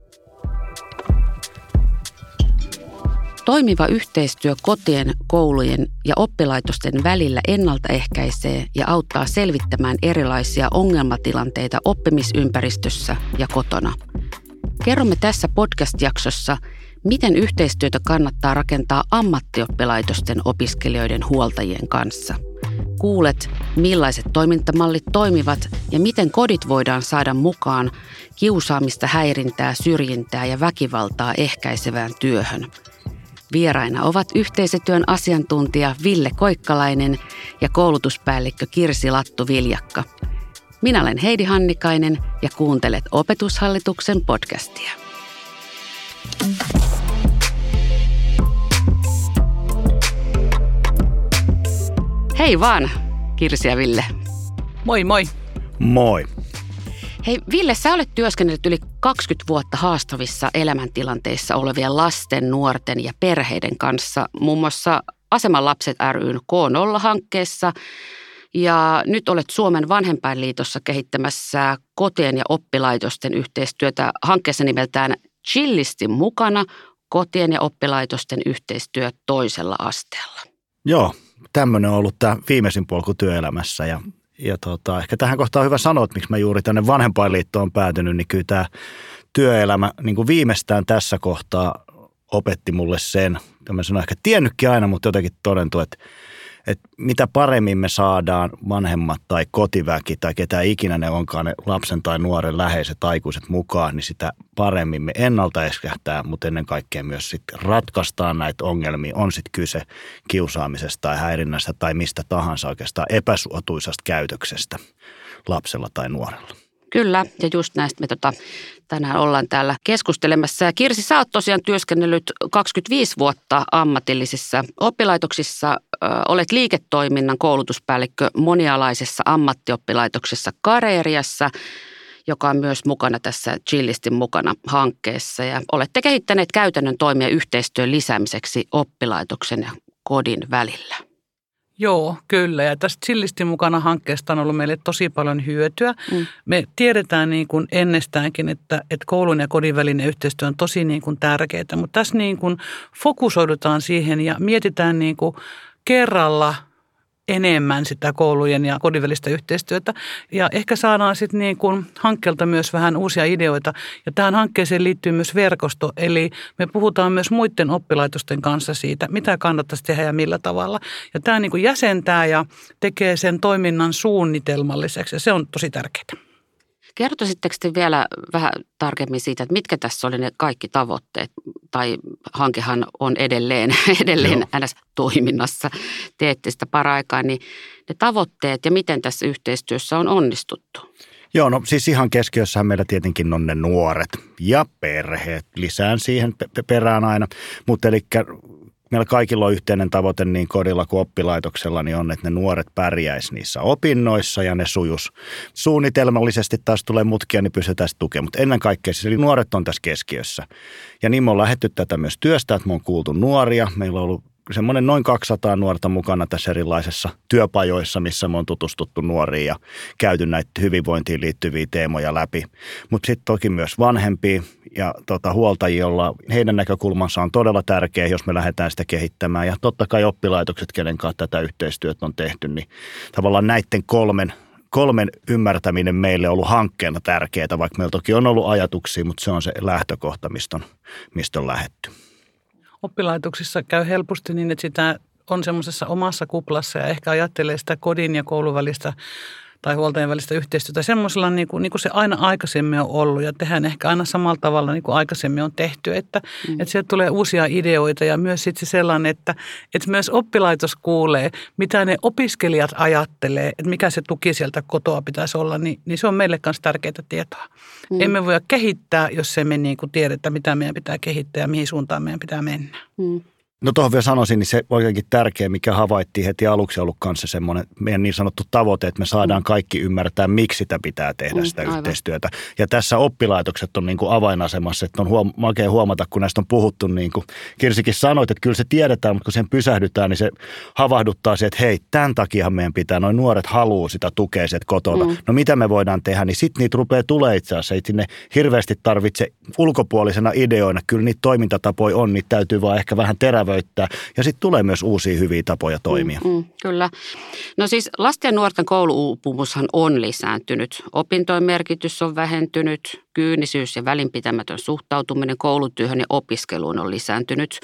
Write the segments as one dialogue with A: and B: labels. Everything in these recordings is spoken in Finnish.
A: Toimiva yhteistyö kotien, koulujen ja oppilaitosten välillä ennaltaehkäisee ja auttaa selvittämään erilaisia ongelmatilanteita oppimisympäristössä ja kotona. Kerromme tässä podcast-jaksossa, miten yhteistyötä kannattaa rakentaa ammattioppilaitosten opiskelijoiden huoltajien kanssa. Kuulet, millaiset toimintamallit toimivat ja miten kodit voidaan saada mukaan kiusaamista, häirintää, syrjintää ja väkivaltaa ehkäisevään työhön. Vieraina ovat yhteisötyön asiantuntija Ville Koikkalainen ja koulutuspäällikkö Kirsi Lattu-Viljakka. Minä olen Heidi Hannikainen ja kuuntelet Opetushallituksen podcastia. Hei vaan, Kirsi ja Ville.
B: Moi moi.
C: Moi.
A: Hei Ville, sä olet työskennellyt yli 20 vuotta haastavissa elämäntilanteissa olevien lasten, nuorten ja perheiden kanssa, muun muassa Aseman lapset ry:n K0-hankkeessa. Ja nyt olet Suomen Vanhempainliitossa kehittämässä kotien ja oppilaitosten yhteistyötä hankkeessa nimeltään Chillisti mukana, kotien ja oppilaitosten yhteistyö toisella asteella.
C: Joo, tämmöinen on ollut tämä viimeisin polku työelämässä ja ehkä tähän kohtaan on hyvä sanoa, että miksi mä juuri tänne Vanhempainliittoon päätynyt, niin kyllä tämä työelämä niin kuin viimeistään tässä kohtaa opetti mulle sen, mä sanon ehkä tiennytkin aina, mutta jotenkin todentu, että mitä paremmin me saadaan vanhemmat tai kotiväki tai ketä ikinä ne onkaan ne lapsen tai nuoren läheiset aikuiset mukaan, niin sitä paremmin me ennaltaehkäistään, mutta ennen kaikkea myös sitten ratkaistaan näitä ongelmia. On sitten kyse kiusaamisesta tai häirinnästä tai mistä tahansa oikeastaan epäsuotuisasta käytöksestä lapsella tai nuorella.
A: Kyllä, ja just näistä me tänään ollaan täällä keskustelemassa. Ja Kirsi, sä oot tosiaan työskennellyt 25 vuotta ammatillisissa oppilaitoksissa. Olet liiketoiminnan koulutuspäällikkö monialaisessa ammattioppilaitoksessa Kareriassa, joka on myös mukana tässä Chillistin mukana hankkeessa. Ja olette kehittäneet käytännön toimia yhteistyön lisäämiseksi oppilaitoksen ja kodin välillä.
B: Joo, kyllä. Ja tästä Chillistin mukana hankkeesta on ollut meille tosi paljon hyötyä. Me tiedetään niin kuin ennestäänkin, että koulun ja kodin välinen yhteistyö on tosi niin kuin tärkeää, mutta tässä niin kuin fokusoidutaan siihen ja mietitään niin kuin kerralla enemmän sitä koulujen ja kodin välistä yhteistyötä. Ja ehkä saadaan sitten niin kuin hankkeelta myös vähän uusia ideoita. Ja tähän hankkeeseen liittyy myös verkosto, eli me puhutaan myös muiden oppilaitosten kanssa siitä, mitä kannattaisi tehdä ja millä tavalla. Ja tämä niin kuin jäsentää ja tekee sen toiminnan suunnitelmalliseksi ja se on tosi tärkeää.
A: Kertoisitteko te vielä vähän tarkemmin siitä, että mitkä tässä oli ne kaikki tavoitteet, tai hankehan on edelleen NS-toiminnassa, teette sitä paraikaa, niin ne tavoitteet ja miten tässä yhteistyössä on onnistuttu?
C: Joo, no siis ihan keskiössähän meillä tietenkin on ne nuoret ja perheet, lisään siihen perään aina, mutta eli meillä kaikilla on yhteinen tavoite niin kodilla kuin oppilaitoksella, niin on, että ne nuoret pärjäisi niissä opinnoissa ja ne sujus. Suunnitelmallisesti taas tulee mutkia, niin pystytään tukemaan, mutta ennen kaikkea siis nuoret on tässä keskiössä. Ja niin me on lähdetty tätä myös työstä, että me on kuultu nuoria. Meillä on ollut semmoinen noin 200 nuorta mukana tässä erilaisissa työpajoissa, missä me on tutustuttu nuoriin ja käyty näitä hyvinvointiin liittyviä teemoja läpi. Mutta sitten toki myös vanhempia ja huoltajia, joilla heidän näkökulmansa on todella tärkeä, jos me lähdetään sitä kehittämään. Ja totta kai oppilaitokset, kenen kanssa tätä yhteistyötä on tehty, niin tavallaan näiden kolmen ymmärtäminen meille on ollut hankkeena tärkeää, vaikka meillä toki on ollut ajatuksia, mutta se on se lähtökohta, mistä on lähdetty.
B: Oppilaitoksissa käy helposti niin, että sitä on semmoisessa omassa kuplassa ja ehkä ajattelee sitä kodin ja koulun välistä tai huoltajien välistä yhteistyötä semmoisella niin kuin se aina aikaisemmin on ollut ja tehdään ehkä aina samalla tavalla niin kuin aikaisemmin on tehty, että sieltä tulee uusia ideoita ja myös sitten se sellainen, että myös oppilaitos kuulee, mitä ne opiskelijat ajattelee, että mikä se tuki sieltä kotoa pitäisi olla, niin se on meille myös tärkeää tietoa. Emme voi kehittää, jos emme niin kuin tiedetä, mitä meidän pitää kehittää ja mihin suuntaan meidän pitää mennä.
C: No tuohon vielä sanoisin, niin se oikeinkin tärkeä, mikä havaittiin heti aluksi ollut kanssa semmoinen meidän niin sanottu tavoite, että me saadaan kaikki ymmärtää, miksi sitä pitää tehdä sitä yhteistyötä. Ja tässä oppilaitokset on niin kuin avainasemassa, että on makea huomata, kun näistä on puhuttu, niin kuin Kirsikin sanoit, että kyllä se tiedetään, mutta kun sen pysähdytään, niin se havahduttaa siihen, että hei, tämän takia meidän pitää, noin nuoret haluaa sitä tukea sieltä kotota. No mitä me voidaan tehdä, niin sitten niitä rupeaa tulee itse asiassa, ei sinne hirveästi tarvitse ulkopuolisena ideoina, kyllä niitä toimintatapoja on, niitä täytyy vaan ehkä vähän terävöittää ja sitten tulee myös uusia hyviä tapoja toimia.
A: Kyllä. No siis lasten ja nuorten kouluuupumushan on lisääntynyt. Opintojen merkitys on vähentynyt, kyynisyys ja välinpitämätön suhtautuminen koulutyöhön ja opiskeluun on lisääntynyt.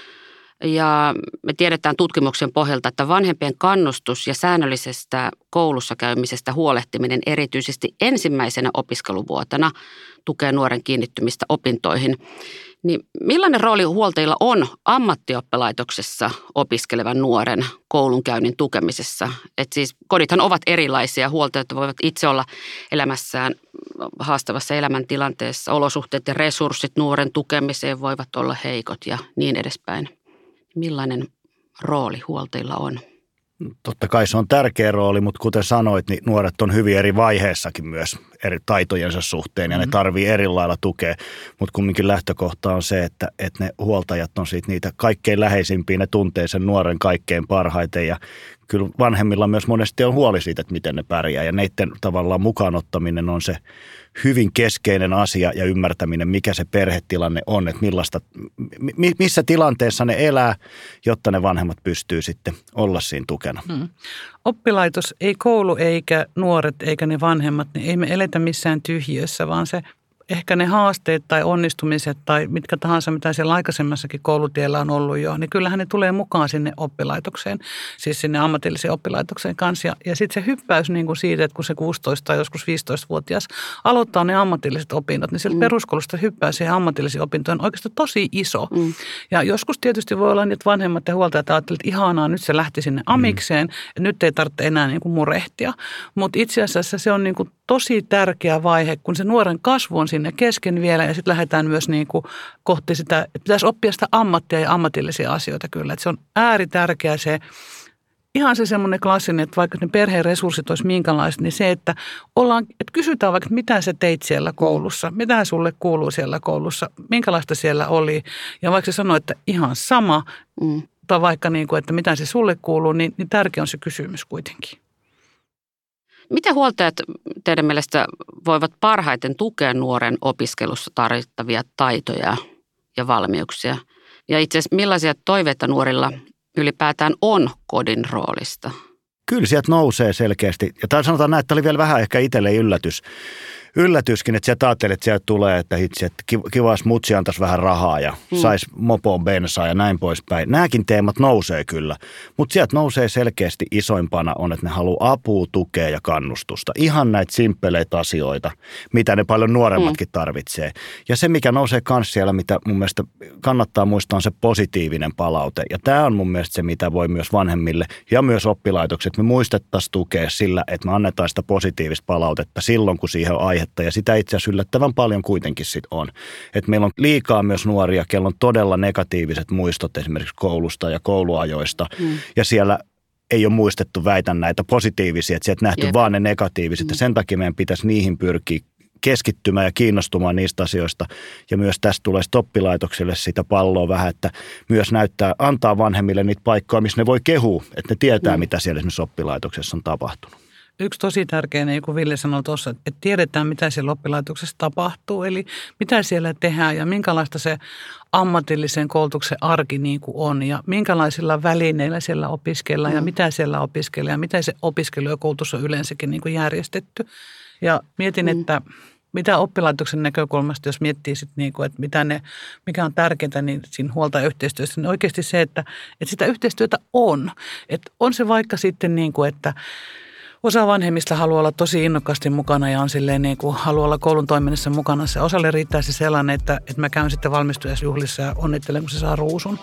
A: Ja me tiedetään tutkimuksen pohjalta, että vanhempien kannustus ja säännöllisestä koulussa käymisestä huolehtiminen erityisesti ensimmäisenä opiskeluvuotena tukee nuoren kiinnittymistä opintoihin. Niin millainen rooli huoltajilla on ammattioppilaitoksessa opiskelevan nuoren koulunkäynnin tukemisessa? Että siis kodithan ovat erilaisia, huoltajat voivat itse olla elämässään haastavassa elämäntilanteessa, olosuhteet ja resurssit nuoren tukemiseen voivat olla heikot ja niin edespäin. Millainen rooli huoltajilla on?
C: Totta kai se on tärkeä rooli, mutta kuten sanoit, niin nuoret on hyvin eri vaiheessakin myös eri taitojensa suhteen ja ne tarvii eri lailla tukea. Mutta kumminkin lähtökohta on se, että ne huoltajat on siitä niitä kaikkein läheisimpiä, ne tuntee sen nuoren kaikkein parhaiten ja kyllä vanhemmilla myös monesti on huoli siitä, että miten ne pärjää ja neiden tavallaan mukaanottaminen on se hyvin keskeinen asia ja ymmärtäminen, mikä se perhetilanne on, että missä tilanteessa ne elää, jotta ne vanhemmat pystyy sitten olla siinä tukena.
B: Oppilaitos, ei koulu eikä nuoret eikä ne vanhemmat, niin ei me eletä missään tyhjiössä, vaan se ehkä ne haasteet tai onnistumiset tai mitkä tahansa, mitä siellä aikaisemmassakin koulutiellä on ollut jo, niin kyllähän ne tulee mukaan sinne oppilaitokseen, siis sinne ammatilliseen oppilaitokseen kanssa. Ja sitten se hyppäys niin kuin siitä, että kun se 16 tai joskus 15-vuotias aloittaa ne ammatilliset opinnot, niin sieltä peruskoulusta hyppää siihen ammatillisiin opintoihin on oikeastaan tosi iso. Ja joskus tietysti voi olla niin, että vanhemmat ja huoltajat ajattelevat, että ihanaa, nyt se lähti sinne amikseen, ja nyt ei tarvitse enää niin kuin murehtia. Mutta itse asiassa se on niin kuin tosi tärkeä vaihe, kun se nuoren kasvu on sinne kesken vielä ja sitten lähdetään myös niin kuin kohti sitä, että pitäisi oppia sitä ammattia ja ammatillisia asioita kyllä. Että se on ääritärkeä se, ihan se semmoinen klassinen, että vaikka ne perheen resurssit olisi minkälaiset, niin se, että kysytään vaikka, että mitä sä teit siellä koulussa, mitä sulle kuuluu siellä koulussa, minkälaista siellä oli. Ja vaikka se sanoo, että ihan sama, tai vaikka niin kuin, että mitä se sulle kuuluu, niin tärkeä on se kysymys kuitenkin.
A: Miten huoltajat teidän mielestä voivat parhaiten tukea nuoren opiskelussa tarvittavia taitoja ja valmiuksia? Ja itse asiassa millaisia toiveita nuorilla ylipäätään on kodin roolista?
C: Kyllä sieltä nousee selkeästi. Ja sanotaan näin, että oli vielä vähän ehkä itselle yllätyskin, että sieltä ajattelee, että sieltä tulee, että hitsi, että kiva, jos mutsi antaisi vähän rahaa ja saisi mopoon bensaa ja näin poispäin. Nämäkin teemat nousee kyllä, mutta sieltä nousee selkeästi isoimpana on, että ne haluaa apua, tukea ja kannustusta. Ihan näitä simppeleitä asioita, mitä ne paljon nuoremmatkin tarvitsee. Ja se, mikä nousee myös siellä, mitä mun mielestä kannattaa muistaa, on se positiivinen palaute. Ja tämä on mun mielestä se, mitä voi myös vanhemmille ja myös oppilaitokset. Me muistettaisiin tukea sillä, että me annetaan sitä positiivista palautetta silloin, kun siihen on aihe. Ja sitä itse asiassa yllättävän paljon kuitenkin sit on. Että meillä on liikaa myös nuoria, kello on todella negatiiviset muistot esimerkiksi koulusta ja kouluajoista. Ja siellä ei ole muistettu väitän näitä positiivisia, että sieltä nähty vaan ne negatiiviset. Ja sen takia meidän pitäisi niihin pyrkiä keskittymään ja kiinnostumaan niistä asioista. Ja myös tästä tulee oppilaitokselle sitä palloa vähän, että myös antaa vanhemmille niitä paikkoja, missä ne voi kehua, että ne tietää, mitä siellä esimerkiksi oppilaitoksessa on tapahtunut.
B: Yksi tosi tärkeä, niin kuin Ville sanoi tuossa, että tiedetään, mitä siellä oppilaitoksessa tapahtuu, eli mitä siellä tehdään ja minkälaista se ammatillisen koulutuksen arki niin kuin on ja minkälaisilla välineillä siellä opiskellaan ja mitä siellä opiskellaan ja miten se opiskelu ja koulutus on yleensäkin niin kuin järjestetty. Ja mietin, että mitä oppilaitoksen näkökulmasta, jos miettii sitten niin kuin, että mikä on tärkeintä niin siinä huoltajayhteistyössä, niin oikeasti se, että sitä yhteistyötä on. Että on se vaikka sitten niin kuin, että osa vanhemmista haluaa olla tosi innokkaasti mukana ja on silleen niin kuin haluaa olla koulun toiminnassa mukana. Se osalle riittää se sellainen, että mä käyn sitten valmistujaisjuhlissa ja onnittelen, kun se saa ruusun.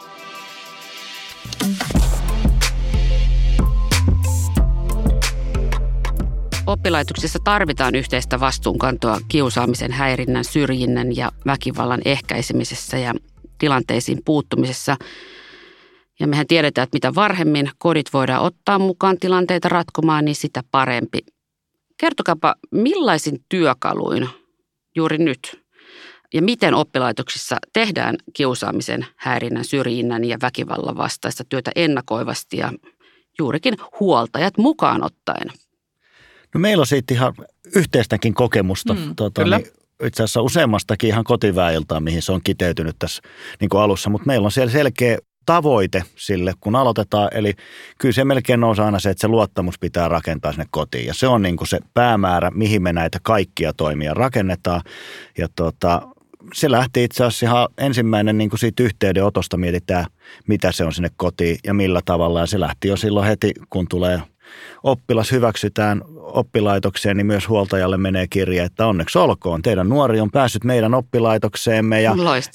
A: Oppilaitoksissa tarvitaan yhteistä vastuunkantoa kiusaamisen, häirinnän, syrjinnän ja väkivallan ehkäisemisessä ja tilanteisiin puuttumisessa. Ja mehän tiedetään, että mitä varhemmin kodit voidaan ottaa mukaan tilanteita ratkomaan, niin sitä parempi. Kertokaapa, millaisin työkaluin juuri nyt ja miten oppilaitoksissa tehdään kiusaamisen, häirinnän, syrjinnän ja väkivallan vastaista työtä ennakoivasti ja juurikin huoltajat mukaan ottaen?
C: No meillä on siitä ihan yhteistäkin kokemusta. Itse asiassa useammastakin ihan kotiväiltaa, mihin se on kiteytynyt tässä niin kuin alussa, mutta meillä on siellä selkeä tavoite sille, kun aloitetaan. Eli kyllä se melkein nousee aina se, että se luottamus pitää rakentaa sinne kotiin. Ja se on niin kuin se päämäärä, mihin me näitä kaikkia toimia rakennetaan. Ja se lähti itse asiassa ihan ensimmäinen niin kuin siitä yhteydenotosta mietitään, mitä se on sinne kotiin ja millä tavalla. Ja se lähti jo silloin heti, kun tulee oppilas hyväksytään oppilaitokseen, niin myös huoltajalle menee kirje, että onneksi olkoon. Teidän nuori on päässyt meidän oppilaitokseemme.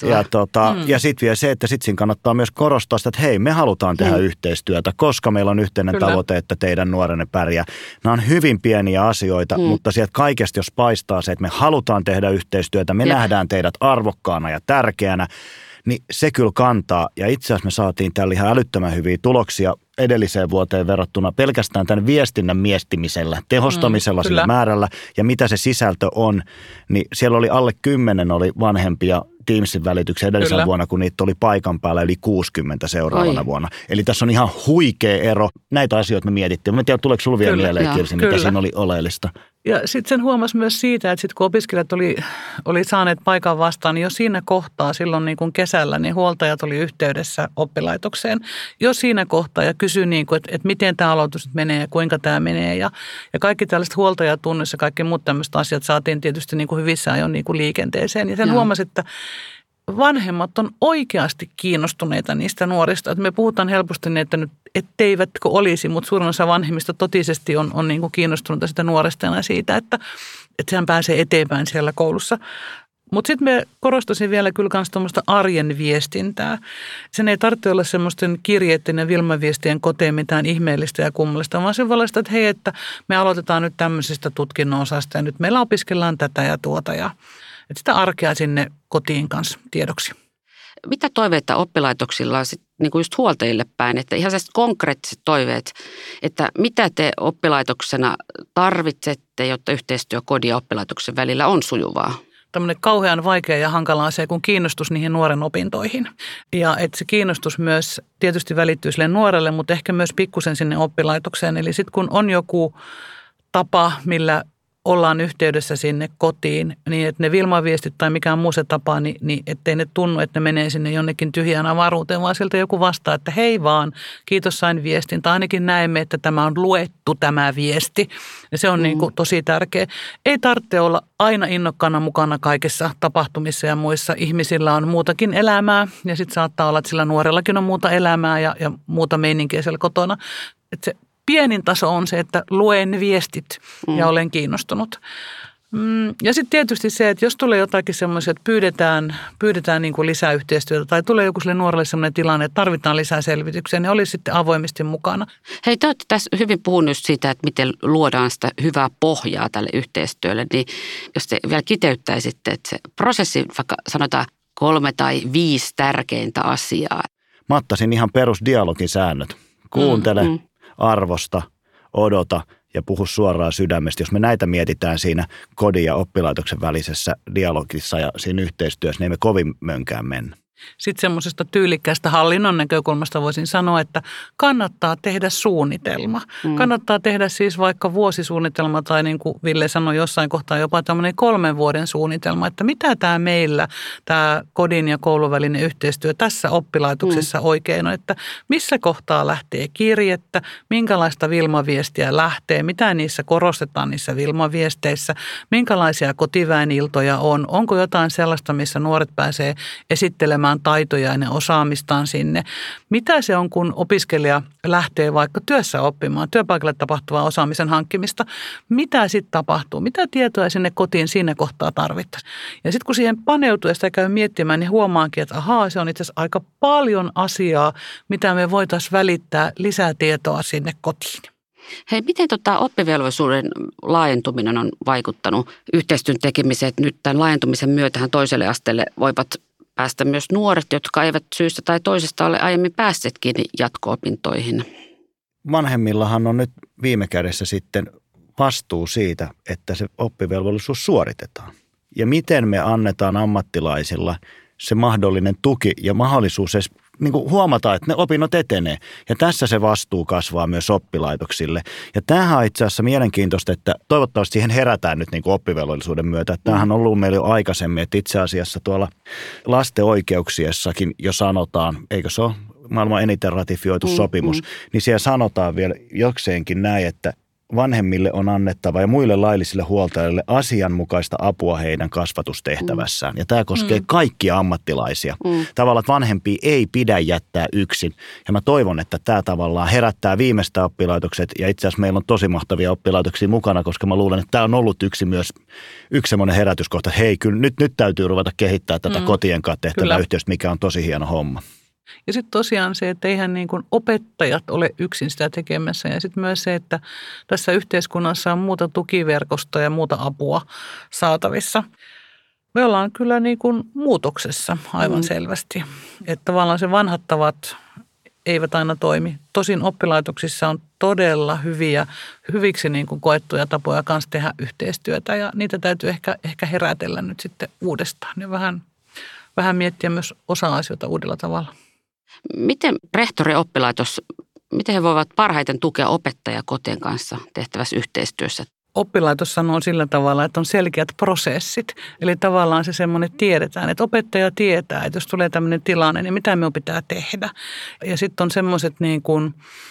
C: Ja sitten vielä se, että sitten siinä kannattaa myös korostaa sitä, että hei, me halutaan tehdä yhteistyötä, koska meillä on yhteinen tavoite, että teidän nuorenne pärjää. Nämä on hyvin pieniä asioita, mutta sieltä kaikesta jos paistaa se, että me halutaan tehdä yhteistyötä, me nähdään teidät arvokkaana ja tärkeänä, niin se kyllä kantaa. Ja itse asiassa me saatiin tällä ihan älyttömän hyviä tuloksia edelliseen vuoteen verrattuna pelkästään tämän viestinnän miestimisellä, tehostamisella sillä määrällä ja mitä se sisältö on, niin siellä oli alle 10 oli vanhempia Teamsin välityksen edellisenä vuonna, kun niitä oli paikan päällä yli 60 seuraavana vuonna. Eli tässä on ihan huikea ero. Näitä asioita me mietittiin. Mä en tiedä, tuleeko sinulla vielä mieleen, Kirsi, mitä siinä oli oleellista?
B: Ja sitten sen huomasi myös siitä, että sit kun opiskelijat oli saaneet paikan vastaan, niin jo siinä kohtaa silloin niin kuin kesällä, niin huoltajat oli yhteydessä oppilaitokseen. Jo siinä kohtaa ja kysyi, niin kuin, että miten tämä aloitus nyt menee ja kuinka tämä menee. Ja kaikki tällaiset huoltajatunnissa ja kaikki muut tämmöiset asiat saatiin tietysti niin kuin hyvissä ajoin niin kuin liikenteeseen. Ja sen huomasi, että vanhemmat on oikeasti kiinnostuneita niistä nuorista. Että me puhutaan helposti niin, että nyt etteivätkö olisi, mutta suurin osa vanhemmista totisesti on niin kuin kiinnostuneita sitä nuoresta ja siitä, että sehän pääsee eteenpäin siellä koulussa. Mutta sitten me korostaisin vielä kyllä myös tuommoista arjen viestintää. Sen ei tarvitse olla semmoisten kirjeiden ja Vilma-viestien koteen mitään ihmeellistä ja kummallista, vaan se valaista, että hei, että me aloitetaan nyt tämmöisestä tutkinnon osasta ja nyt meillä opiskellaan tätä ja tuota ja että sitä arkea sinne kotiin kanssa tiedoksi.
A: Mitä toiveita oppilaitoksilla on sitten niin kuin just huoltajille päin, että ihan sellaiset konkreettiset toiveet, että mitä te oppilaitoksena tarvitsette, jotta yhteistyö kodin ja oppilaitoksen välillä on sujuvaa?
B: Tämmöinen kauhean vaikea ja hankala asia kuin kiinnostus niihin nuoren opintoihin. Ja että se kiinnostus myös tietysti välittyy sille nuorelle, mutta ehkä myös pikkusen sinne oppilaitokseen. Eli sitten kun on joku tapa, millä ollaan yhteydessä sinne kotiin, niin että ne Vilma-viestit tai mikään muu se tapa, niin ettei ne tunnu, että ne menee sinne jonnekin tyhjään avaruuteen, vaan sieltä joku vastaa, että hei vaan, kiitos sain viestin, tai ainakin näemme, että tämä on luettu tämä viesti. Ja se on niin kuin tosi tärkeä. Ei tarvitse olla aina innokkaana mukana kaikissa tapahtumissa ja muissa. Ihmisillä on muutakin elämää, ja sitten saattaa olla, että sillä nuorellakin on muuta elämää ja muuta meininkiä siellä kotona. Että se pienin taso on se, että luen viestit ja olen kiinnostunut. Ja sitten tietysti se, että jos tulee jotakin semmoisia, että pyydetään niin kuin lisää yhteistyötä tai tulee joku sille nuorelle semmoinen tilanne, että tarvitaan lisää selvityksiä, niin olisi sitten avoimesti mukana.
A: Hei, te olette tässä hyvin puhunut siitä, että miten luodaan sitä hyvää pohjaa tälle yhteistyölle, niin jos te vielä kiteyttäisitte, että se prosessi, vaikka sanotaan 3 tai 5 tärkeintä asiaa.
C: Mä ottaisin ihan perusdialogin säännöt. Kuuntele, arvosta, odota ja puhu suoraan sydämestä. Jos me näitä mietitään siinä kodin ja oppilaitoksen välisessä dialogissa ja siinä yhteistyössä, niin ei me kovin mönkään mennä.
B: Sitten semmoisesta tyylikkäästä hallinnon näkökulmasta voisin sanoa, että kannattaa tehdä suunnitelma. Kannattaa tehdä siis vaikka vuosisuunnitelma tai niin kuin Ville sanoi jossain kohtaa jopa tämmöinen 3 vuoden suunnitelma, että mitä tämä meillä, tämä kodin ja koulun välinen yhteistyö tässä oppilaitoksessa oikein on, että missä kohtaa lähtee kirjettä, minkälaista Vilma-viestiä lähtee, mitä niissä korostetaan niissä Vilma-viesteissä, minkälaisia kotiväeniltoja on, onko jotain sellaista, missä nuoret pääsee esittelemään taitoja ja osaamistaan sinne. Mitä se on, kun opiskelija lähtee vaikka työssä oppimaan, työpaikalle tapahtuvaa osaamisen hankkimista? Mitä sitten tapahtuu? Mitä tietoa sinne kotiin siinä kohtaa tarvittaisiin? Ja sitten kun siihen paneutuu ja sitä käy miettimään, niin huomaankin, että ahaa, se on itse asiassa aika paljon asiaa, mitä me voitaisiin välittää lisää tietoa sinne kotiin.
A: Hei, miten oppivelvollisuuden laajentuminen on vaikuttanut yhteistyön tekemiseen? Nyt tämän laajentumisen myötähän toiselle asteelle voivat päästä myös nuoret, jotka eivät syystä tai toisesta ole aiemmin päässeetkin jatko-opintoihin.
C: Vanhemmillahan on nyt viime kädessä sitten vastuu siitä, että se oppivelvollisuus suoritetaan. Ja miten me annetaan ammattilaisilla se mahdollinen tuki ja mahdollisuus edes niin kuin huomata, että ne opinnot etenee. Ja tässä se vastuu kasvaa myös oppilaitoksille. Ja tämähän on itse asiassa mielenkiintoista, että toivottavasti siihen herätään nyt niin kuin oppivelvollisuuden myötä. Tämähän on ollut meillä jo aikaisemmin, että itse asiassa tuolla lasten oikeuksiessakin jo sanotaan, eikö se ole maailman eniten ratifioitu sopimus, niin siellä sanotaan vielä jokseenkin näin, että vanhemmille on annettava ja muille laillisille huoltajille asianmukaista apua heidän kasvatustehtävässään. Ja tämä koskee kaikkia ammattilaisia. Tavallaan, että vanhempia ei pidä jättää yksin. Ja mä toivon, että tämä tavallaan herättää viimeistä oppilaitokset. Ja itse asiassa meillä on tosi mahtavia oppilaitoksia mukana, koska mä luulen, että tämä on ollut yksi semmoinen herätyskohta. Hei, kyllä nyt täytyy ruveta kehittää tätä kotien kanssa tehtävää yhteistyötä, mikä on tosi hieno homma.
B: Ja sitten tosiaan se, että eihän niin kuin opettajat ole yksin sitä tekemässä. Ja sitten myös se, että tässä yhteiskunnassa on muuta tukiverkostoa ja muuta apua saatavissa. Me ollaan kyllä niin kuin muutoksessa aivan selvästi. Että tavallaan se vanhat tavat eivät aina toimi. Tosin oppilaitoksissa on todella hyviksi niin kuin koettuja tapoja kanssa tehdä yhteistyötä. Ja niitä täytyy ehkä herätellä nyt sitten uudestaan ja vähän miettiä myös osa-asioita uudella tavalla.
A: Miten rehtori ja oppilaitos, miten he voivat parhaiten tukea opettajia kotien kanssa tehtävässä yhteistyössä?
B: Oppilaitos sanoo sillä tavalla, että on selkeät prosessit. Eli tavallaan se semmoinen tiedetään, että opettaja tietää, että jos tulee tämmöinen tilanne, niin mitä minun pitää tehdä. Ja sitten on semmoiset niin kuin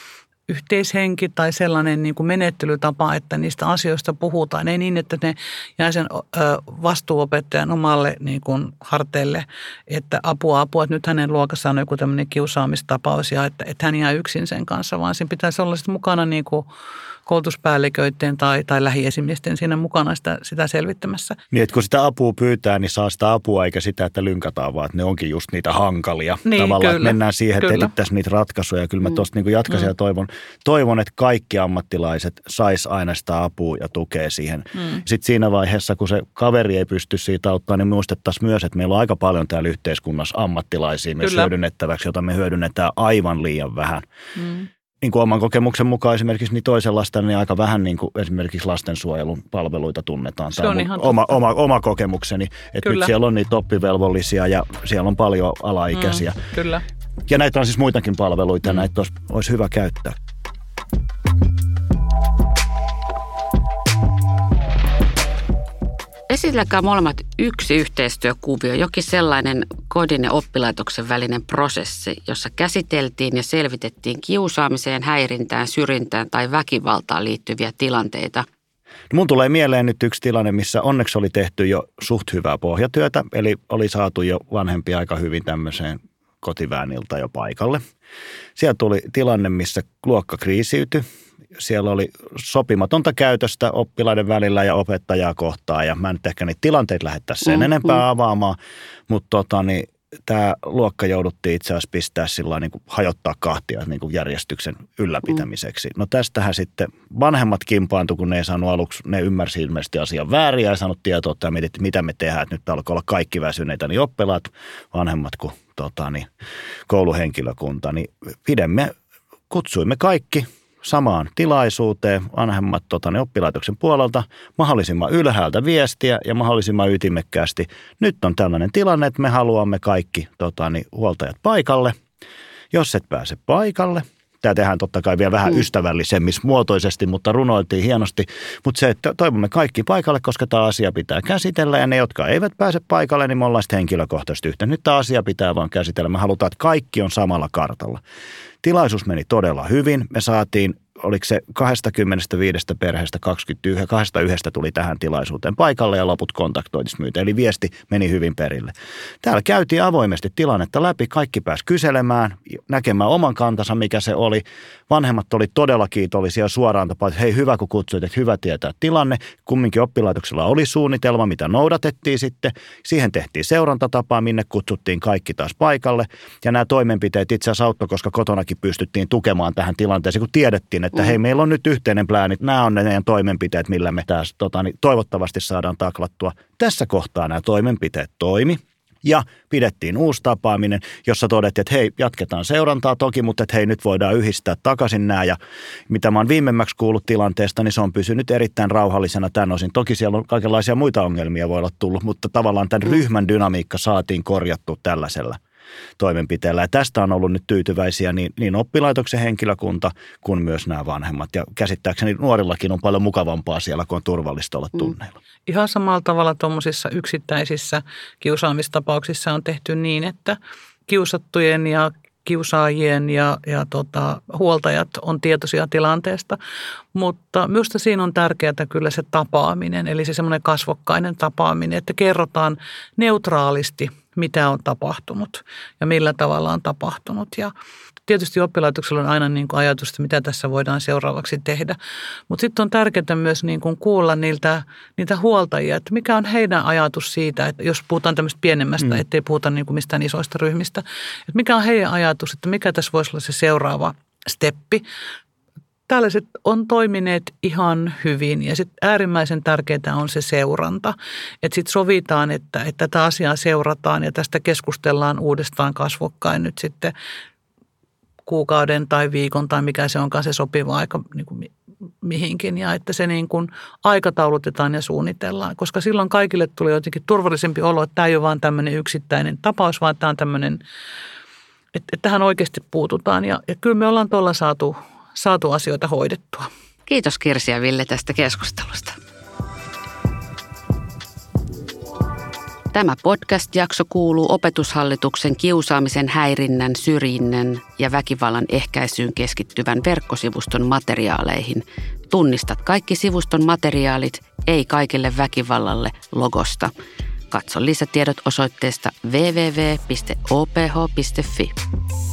B: yhteishenki tai sellainen niin kuin menettelytapa, että niistä asioista puhutaan. Ei niin, että ne jää sen vastuuopettajan omalle niin kuin harteille, että apua, että nyt hänen luokassa on joku tämmöinen kiusaamistapaus ja että hän jää yksin sen kanssa, vaan siinä pitäisi olla sitten mukana niin kuin koulutuspäälliköiden tai lähiesimiesten siinä mukana sitä selvittämässä.
C: Niin, että kun sitä apua pyytää, niin saa sitä apua eikä sitä, että lynkataan, vaan että ne onkin just niitä hankalia. Niin, tavallaan, kyllä, että mennään siihen, että etsittäisiin niitä ratkaisuja. Kyllä mä tuosta niin jatkaisin ja toivon, että kaikki ammattilaiset sais aina sitä apua ja tukea siihen. Sitten siinä vaiheessa, kun se kaveri ei pysty siitä auttaa, niin muistettaisiin myös, että meillä on aika paljon täällä yhteiskunnassa ammattilaisia myös hyödynnettäväksi, jota me hyödynnetään aivan liian vähän. Niin kuin oman kokemuksen mukaan esimerkiksi niin toisenlaista, niin aika vähän niin kuin esimerkiksi lastensuojelun palveluita tunnetaan.
B: Se on ihan
C: oma kokemukseni, että nyt siellä on niitä oppivelvollisia ja siellä on paljon alaikäisiä.
B: Kyllä.
C: Ja näitä on siis muitakin palveluita ja näitä olisi hyvä käyttää.
A: Esitelkää molemmat yksi yhteistyökuvio, jokin sellainen kodin ja oppilaitoksen välinen prosessi, jossa käsiteltiin ja selvitettiin kiusaamiseen, häirintään, syrjintään tai väkivaltaan liittyviä tilanteita.
C: Mun tulee mieleen nyt yksi tilanne, missä onneksi oli tehty jo suht hyvää pohjatyötä, eli oli saatu jo vanhempia aika hyvin tämmöiseen kotivääniltä jo paikalle. Siellä tuli tilanne, missä luokka kriisiytyi. Siellä oli sopimatonta käytöstä oppilaiden välillä ja opettajaa kohtaan, ja mä nyt ehkä niitä tilanteita lähettäisiin sen enempää avaamaan, mutta tämä luokka jouduttiin itse asiassa pistää sillä niin kuin hajottaa kahtia niin kuin järjestyksen ylläpitämiseksi. No tästähän sitten vanhemmat kimpaantui, kun ne ei saanut aluksi, ne ymmärsi ilmeisesti asian väärin ja ei saanut tietoa, että mitä me tehdään, että nyt alkoi olla kaikki väsyneitä, niin oppilaat, vanhemmat kuin kouluhenkilökunta, niin kutsuimme kaikki samaan tilaisuuteen, vanhemmat oppilaitoksen puolelta, mahdollisimman ylhäältä viestiä ja mahdollisimman ytimekkäästi. Nyt on tällainen tilanne, että me haluamme kaikki huoltajat paikalle. Jos et pääse paikalle, tämä tehdään totta kai vielä vähän ystävällisemmissä muotoisesti, mutta runoiltiin hienosti. Mutta se, että toivomme kaikki paikalle, koska tämä asia pitää käsitellä ja ne, jotka eivät pääse paikalle, niin me ollaan sitten henkilökohtaisesti yhteen. Nyt tämä asia pitää vaan käsitellä. Me halutaan, että kaikki on samalla kartalla. Tilaisuus meni todella hyvin. Me saatiin, oliko se 25 perheestä 21 tuli tähän tilaisuuteen paikalle ja loput kontaktoitis myytä. Eli viesti meni hyvin perille. Täällä käytiin avoimesti tilannetta läpi. Kaikki pääsi kyselemään, näkemään oman kantansa, mikä se oli. Vanhemmat oli todella kiitollisia suoraan tapaan, että hei, hyvä kun kutsuit, että hyvä tietää tilanne. Kumminkin oppilaitoksella oli suunnitelma, mitä noudatettiin sitten. Siihen tehtiin seurantatapaa, minne kutsuttiin kaikki taas paikalle. Ja nämä toimenpiteet itse asiassa auttoi, koska kotonakin pystyttiin tukemaan tähän tilanteeseen, kun tiedettiin, että hei, meillä on nyt yhteinen plääni. Nämä on ne meidän toimenpiteet, millä me taas toivottavasti saadaan taklattua. Tässä kohtaa nämä toimenpiteet toimi. Ja pidettiin uusi tapaaminen, jossa todettiin, että hei, jatketaan seurantaa toki, mutta että hei, nyt voidaan yhdistää takaisin nämä. Ja mitä mä oon viimemmäksi kuullut tilanteesta, niin se on pysynyt erittäin rauhallisena tämän osin. Toki siellä on kaikenlaisia muita ongelmia voi olla tullut, mutta tavallaan tämän ryhmän dynamiikka saatiin korjattua tällaisella toimenpiteellä. Ja tästä on ollut nyt tyytyväisiä niin oppilaitoksen henkilökunta kuin myös nämä vanhemmat. Ja käsittääkseni nuorillakin on paljon mukavampaa siellä, kun on turvallista olla tunneilla.
B: Ihan samalla tavalla tuommoisissa yksittäisissä kiusaamistapauksissa on tehty niin, että kiusattujen ja kiusaajien ja huoltajat on tietoisia tilanteesta, mutta minusta siinä on tärkeää kyllä se tapaaminen, eli se semmoinen kasvokkainen tapaaminen, että kerrotaan neutraalisti, mitä on tapahtunut ja millä tavalla on tapahtunut. Ja tietysti oppilaitoksella on aina niin kuin ajatus, että mitä tässä voidaan seuraavaksi tehdä, mutta sitten on tärkeää myös niin kuin kuulla niiltä huoltajia, että mikä on heidän ajatus siitä, että jos puhutaan tämmöistä pienemmästä, ettei puhuta niin kuin mistään isoista ryhmistä, että mikä on heidän ajatus, että mikä tässä voisi olla se seuraava steppi. Tällaiset on toimineet ihan hyvin ja sitten äärimmäisen tärkeää on se seuranta, että sitten sovitaan, että tätä asiaa seurataan ja tästä keskustellaan uudestaan kasvokkain nyt sitten kuukauden tai viikon tai mikä se onkaan se sopiva aika niin kuin mihinkin ja että se niin kuin aikataulutetaan ja suunnitellaan, koska silloin kaikille tulee jotenkin turvallisempi olo, että tämä ei ole vaan tämmöinen yksittäinen tapaus, vaan tämä on tämmöinen, että tähän oikeasti puututaan ja kyllä me ollaan tuolla saatu asioita hoidettua.
A: Kiitos Kirsi ja Ville tästä keskustelusta. Tämä podcast-jakso kuuluu Opetushallituksen kiusaamisen, häirinnän, syrjinnän ja väkivallan ehkäisyyn keskittyvän verkkosivuston materiaaleihin. Tunnistat kaikki sivuston materiaalit, ei kaikille väkivallalle logosta. Katso lisätiedot osoitteesta www.oph.fi.